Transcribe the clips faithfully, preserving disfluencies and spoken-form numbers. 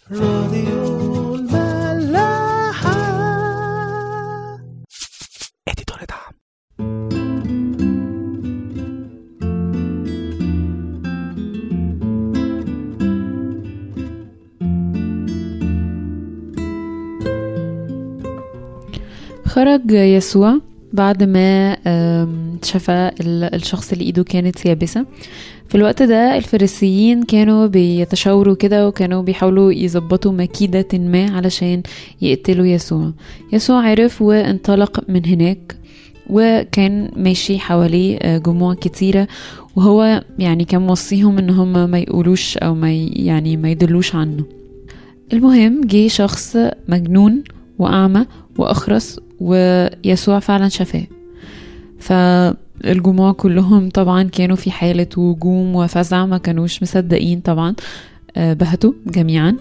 راديو الملاحة اديتور دعم. خرج يسوع بعد ما شفى الشخص اللي ايده كانت يابسة. في الوقت ده الفريسيين كانوا بيتشاوروا كده وكانوا بيحاولوا يظبطوا مكيدة ما علشان يقتلوا يسوع. يسوع عرف وانطلق من هناك، وكان ماشي حواليه جموع كتيرة، وهو يعني كان موصيهم ان هم ما يقولوش او ما يعني ما يدلوش عنه. المهم جه شخص مجنون وأعمى وأخرس، ويسوع فعلا شفاه. فالجموع كلهم طبعا كانوا في حالة وجوم وفزع، ما كانوش مصدقين طبعا، بهتوا جميعا.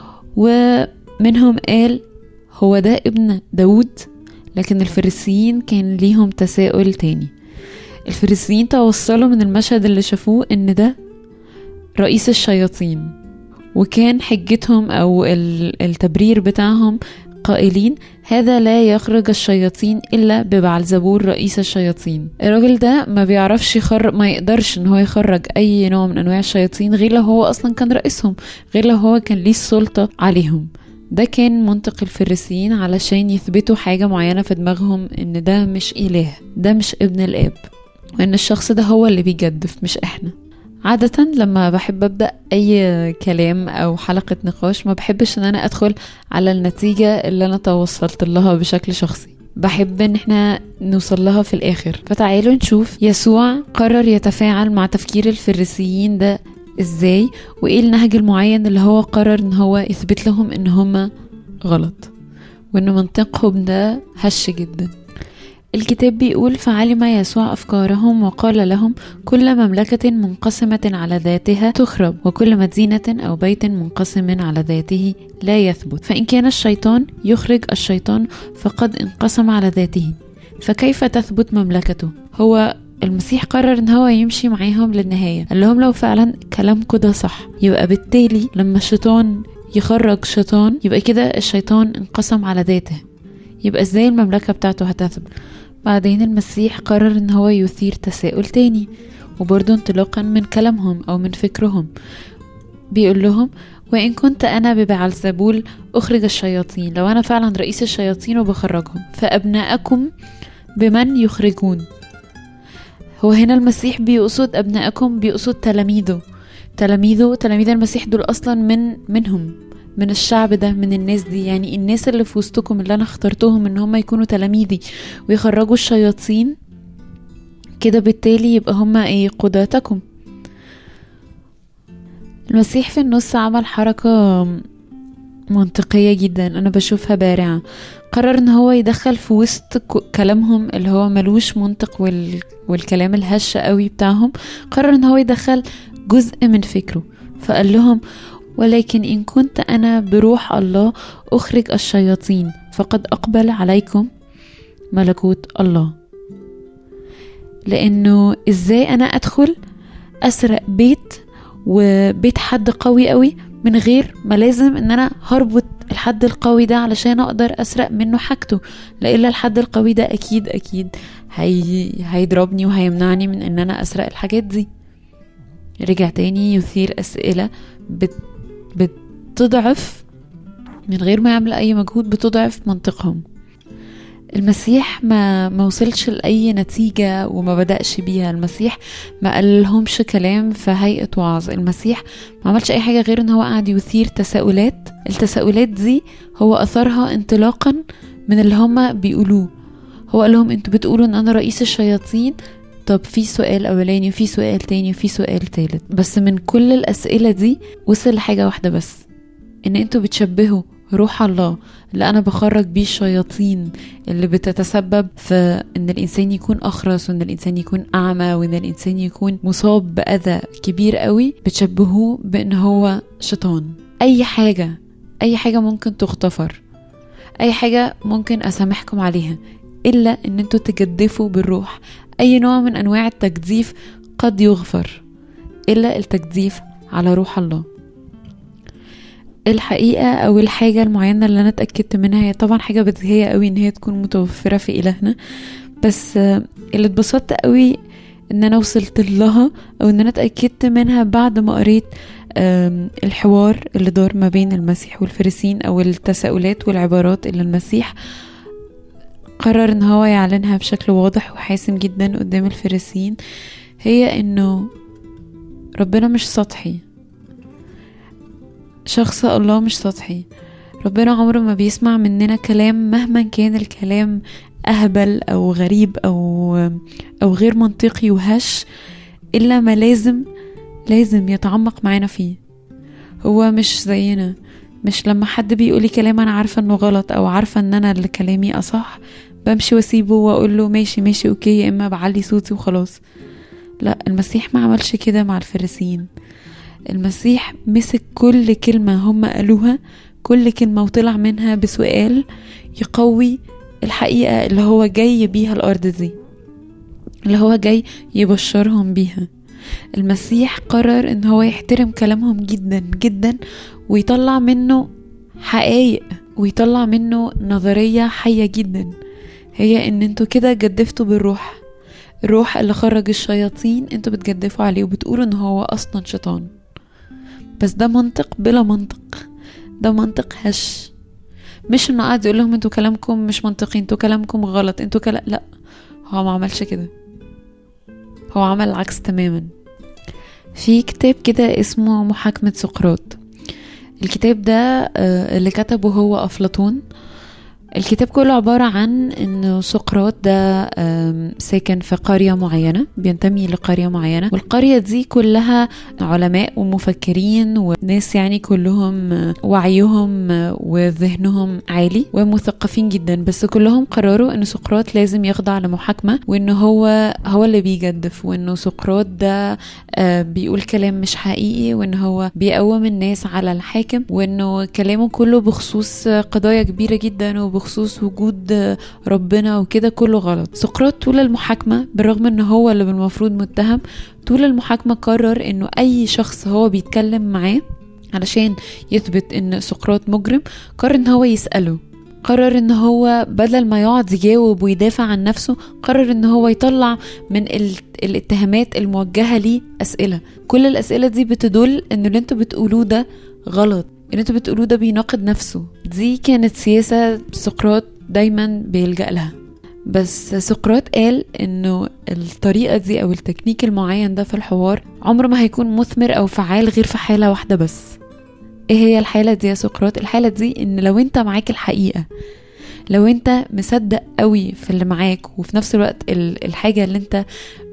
ومنهم قال هو ده ابن داود. لكن الفريسيين كان ليهم تساؤل تاني. الفريسيين توصلوا من المشهد اللي شافوه ان ده رئيس الشياطين، وكان حجتهم او التبرير بتاعهم قائلين هذا لا يخرج الشياطين إلا ببعلزبول رئيس الشياطين. الراجل ده ما بيعرفش يخرج، ما يقدرش ان هو يخرج اي نوع من انواع الشياطين غير لو هو اصلا كان رئيسهم، غير لو هو كان ليه السلطة عليهم. ده كان منطق الفريسيين علشان يثبتوا حاجة معينة في دماغهم، ان ده مش إله، ده مش ابن الآب، وان الشخص ده هو اللي بيجدف مش احنا. عادة لما بحب أبدأ أي كلام أو حلقة نقاش ما بحبش أن أنا أدخل على النتيجة اللي أنا توصلت لها بشكل شخصي، بحب أن احنا نوصل لها في الآخر. فتعالوا نشوف يسوع قرر يتفاعل مع تفكير الفريسيين ده إزاي، وإيه النهج المعين اللي هو قرر أن هو يثبت لهم أن هم غلط، وأن منطقهم ده هش جدا. الكتاب بيقول فعلم يسوع أفكارهم وقال لهم كل مملكة منقسمة على ذاتها تخرب، وكل مدينة أو بيت منقسم على ذاته لا يثبت. فإن كان الشيطان يخرج الشيطان فقد انقسم على ذاته، فكيف تثبت مملكته؟ هو المسيح قرر ان هو يمشي معاهم للنهاية. قال لهم لو فعلا كلامكم ده صح، يبقى بالتالي لما الشيطان يخرج شيطان يبقى كده الشيطان انقسم على ذاته، يبقى ازاي المملكة بتاعته هتثبت؟ بعدين المسيح قرر ان هو يثير تساؤل تاني، وبرضو انطلاقا من كلامهم او من فكرهم. بيقول لهم وإن كنت أنا ببعلزبول أخرج الشياطين، لو أنا فعلا رئيس الشياطين وبخرجهم، فأبناءكم بمن يخرجون؟ هو هنا المسيح بيقصد أبناءكم، بيقصد تلاميذه. تلاميذه تلاميذ المسيح دول أصلا من منهم، من الشعب ده، من الناس دي، يعني الناس اللي في وسطكم اللي أنا اخترتهم ان هم يكونوا تلاميذي ويخرجوا الشياطين، كده بالتالي يبقى هم ايه؟ قداتكم. المسيح في النص عمل حركة منطقية جدا أنا بشوفها بارعة. قرر ان هو يدخل في وسط كلامهم اللي هو ملوش منطق وال... والكلام الهش قوي بتاعهم، قرر ان هو يدخل جزء من فكره. فقال لهم ولكن إن كنت أنا بروح الله أخرج الشياطين فقد أقبل عليكم ملكوت الله. لأنه إزاي أنا أدخل أسرق بيت وبيت حد قوي قوي من غير ما لازم أن أنا هربط الحد القوي ده علشان أقدر أسرق منه حاجته، لإلا الحد القوي ده أكيد أكيد هي... هيضربني وهيمنعني من أن أنا أسرق الحاجات دي. رجع تاني يثير أسئلة بت بتضعف من غير ما يعمل اي مجهود، بتضعف منطقهم. المسيح ما ما وصلش لاي نتيجة وما بدأش بيها. المسيح ما قالهمش كلام في هيئة وعظ. المسيح ما عملش اي حاجة غير ان هو قاعد يثير تساؤلات. التساؤلات دي هو اثرها انطلاقا من اللي هم بيقولوه. هو قال لهم انتوا بتقولوا ان انا رئيس الشياطين، طب في سؤال اولاني وفي سؤال تاني وفي سؤال تالت، بس من كل الاسئلة دي وصل لحاجة واحدة بس، ان انتوا بتشبهوا روح الله اللي انا بخرج بيه الشياطين اللي بتتسبب في ان الانسان يكون اخرس وان الانسان يكون اعمى وان الانسان يكون مصاب باذى كبير قوي، بتشبهوه بان هو شيطان. اي حاجة اي حاجة ممكن تغتفر، اي حاجة ممكن اسامحكم عليها، الا ان انتوا تجدفوا بالروح. اي نوع من انواع التجديف قد يغفر الا التجديف على روح الله. الحقيقة او الحاجة المعينة اللي انا اتأكدت منها، هي طبعا حاجة بديهية قوي ان هي تكون متوفرة في الهنا، بس اللي اتبسطت قوي ان انا وصلت لها او ان انا اتأكدت منها بعد ما قريت الحوار اللي دار ما بين المسيح والفريسين، او التساؤلات والعبارات اللي المسيح قرر ان هو يعلنها بشكل واضح وحاسم جدا قدام الفريسين. هي انه ربنا مش سطحي، شخص الله مش سطحي. ربنا عمره ما بيسمع مننا كلام مهما كان الكلام أهبل أو غريب أو, أو غير منطقي وهش، إلا ما لازم لازم يتعمق معنا فيه. هو مش زينا، مش لما حد بيقولي كلام أنا عارفة أنه غلط أو عارفة أن أنا اللي كلامي أصح بمشي واسيبه وأقول له ماشي ماشي أوكي، يا إما بعلي صوتي وخلاص. لا، المسيح ما عملش كده مع الفريسيين. المسيح مسك كل كلمة هم قالوها، كل كلمة، وطلع منها بسؤال يقوي الحقيقة اللي هو جاي بيها الأرض دي، اللي هو جاي يبشرهم بيها. المسيح قرر ان هو يحترم كلامهم جدا جدا ويطلع منه حقائق ويطلع منه نظرية حية جدا، هي ان انتوا كده جدفتوا بالروح، الروح اللي خرج الشياطين انتوا بتجدفوا عليه وبتقولوا ان هو اصلا شيطان. بس ده منطق بلا منطق، ده منطق هش. مش انه قاعد يقول لهم انتوا كلامكم مش منطقي، انتوا كلامكم غلط، انتوا كلا لا، هو ما عملش كده، هو عمل العكس تماما. في كتاب كده اسمه محاكمة سقراط، الكتاب ده اللي كتبه هو أفلاطون. الكتاب كله عبارة عن انه سقراط ده ساكن في قرية معينة، بينتمي لقرية معينة، والقرية دي كلها علماء ومفكرين وناس يعني كلهم وعيهم وذهنهم عالي ومثقفين جدا، بس كلهم قرروا انه سقراط لازم يخضع لمحاكمة، وانه هو هو اللي بيجدف، وانه سقراط ده بيقول كلام مش حقيقي، وانه هو بيقوم الناس على الحاكم، وانه كلامه كله بخصوص قضايا كبيرة جدا وبخصوص بخصوص وجود ربنا وكده كله غلط. سقراط طول المحاكمة بالرغم انه هو اللي بالمفروض متهم، طول المحاكمة قرر انه اي شخص هو بيتكلم معاه علشان يثبت ان سقراط مجرم قرر ان هو يسأله، قرر ان هو بدل ما يقعد يجاوب ويدافع عن نفسه قرر ان هو يطلع من الاتهامات الموجهة ليه اسئلة. كل الاسئلة دي بتدل ان اللي انتوا بتقولوه ده غلط، اللي انتوا بتقولوه ده بيناقض نفسه. دي كانت سياسة سقراط دايما بيلجأ لها. بس سقراط قال انه الطريقة دي او التكنيك المعين ده في الحوار عمره ما هيكون مثمر او فعال غير في حالة واحدة بس. ايه هي الحالة دي يا سقراط؟ الحالة دي ان لو انت معاك الحقيقة، لو انت مصدق قوي في اللي معاك، وفي نفس الوقت الحاجة اللي انت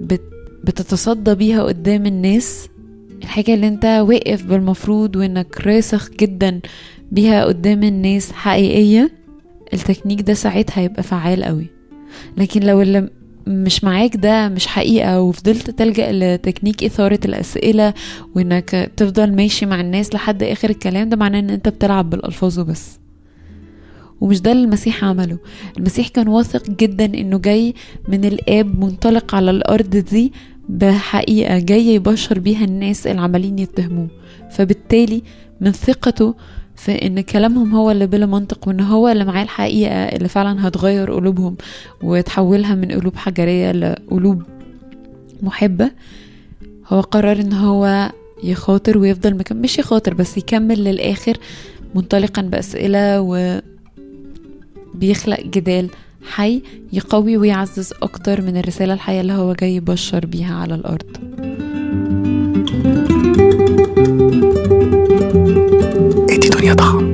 بتتصدى بيها قدام الناس، الحاجة اللي انت واقف بالمفروض وانك راسخ جدا بيها قدام الناس حقيقية، التكنيك ده ساعتها هيبقى فعال قوي. لكن لو اللي مش معاك ده مش حقيقة وفضلت تلجأ لتكنيك إثارة الأسئلة وانك تفضل ماشي مع الناس لحد آخر الكلام، ده معناه ان انت بتلعب بالألفاظ بس. ومش ده اللي المسيح عمله. المسيح كان واثق جدا انه جاي من الآب منطلق على الأرض دي بحقيقة جاي يبشر بيها الناس اللي عمالين يتهموه، فبالتالي من ثقته في ان كلامهم هو اللي بلا منطق وان هو اللي معاه الحقيقة اللي فعلا هتغير قلوبهم وتحولها من قلوب حجرية لقلوب محبة، هو قرر ان هو يخاطر ويفضل مكمل، مش يخاطر بس يكمل للآخر منطلقا بأسئلة وبيخلق جدال حي يقوي ويعزز أكتر من الرسالة الحية اللي هو جاي يبشر بيها على الأرض. ادي دنيا ضخم.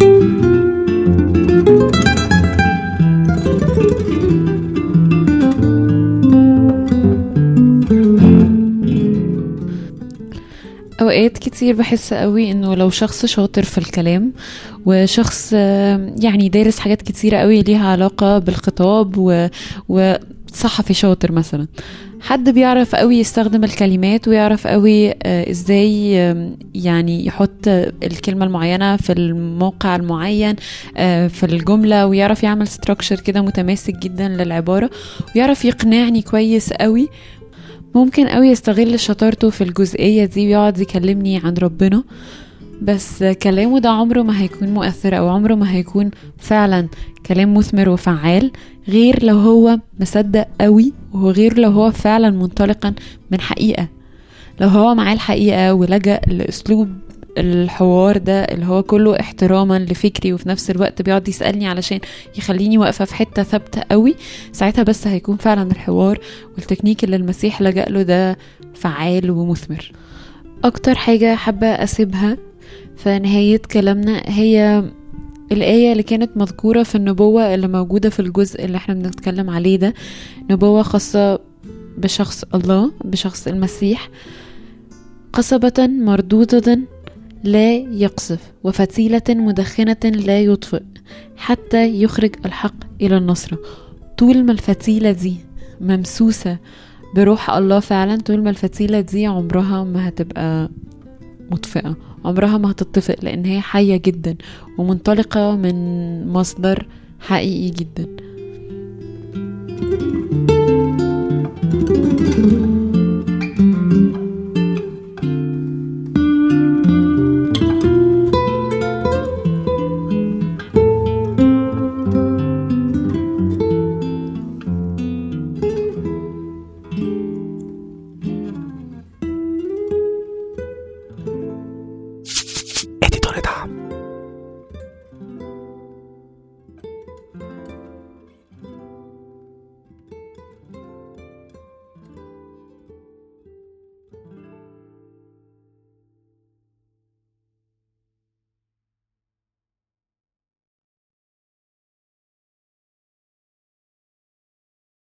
اوقات كتير بحس قوي انه لو شخص شاطر في الكلام وشخص يعني دارس حاجات كتيرة قوي ليها علاقة بالخطاب و... وصحفي شاطر مثلا، حد بيعرف قوي يستخدم الكلمات ويعرف قوي ازاي يعني يحط الكلمة المعينة في الموقع المعين في الجملة، ويعرف يعمل ستراكشر كده متماسك جدا للعبارة، ويعرف يقنعني كويس قوي، ممكن قوي يستغل شطارته في الجزئية دي ويقعد يكلمني عن ربنا بس كلامه ده عمره ما هيكون مؤثر أو عمره ما هيكون فعلا كلام مثمر وفعال غير لو هو مصدق قوي، وغير لو هو فعلا منطلقا من حقيقة. لو هو معاه الحقيقة ولجأ لأسلوب الحوار ده اللي هو كله احتراما لفكري وفي نفس الوقت بيقعد يسألني علشان يخليني واقفة في حتة ثابتة قوي، ساعتها بس هيكون فعلا الحوار والتكنيك اللي المسيح لجأ له ده فعال ومثمر. اكتر حاجة حابة اسيبها في نهاية كلامنا هي الآية اللي كانت مذكورة في النبوة اللي موجودة في الجزء اللي احنا بنتكلم عليه ده، نبوة خاصة بشخص الله، بشخص المسيح. قصبة مردودة لا يقصف، وفتيلة مدخنة لا يطفئ، حتى يخرج الحق إلى النصرة. طول ما الفتيلة دي ممسوسة بروح الله فعلا، طول ما الفتيلة دي عمرها ما هتبقى مطفئة، عمرها ما هتطفئ، لأن هي حية جدا ومنطلقة من مصدر حقيقي جدا.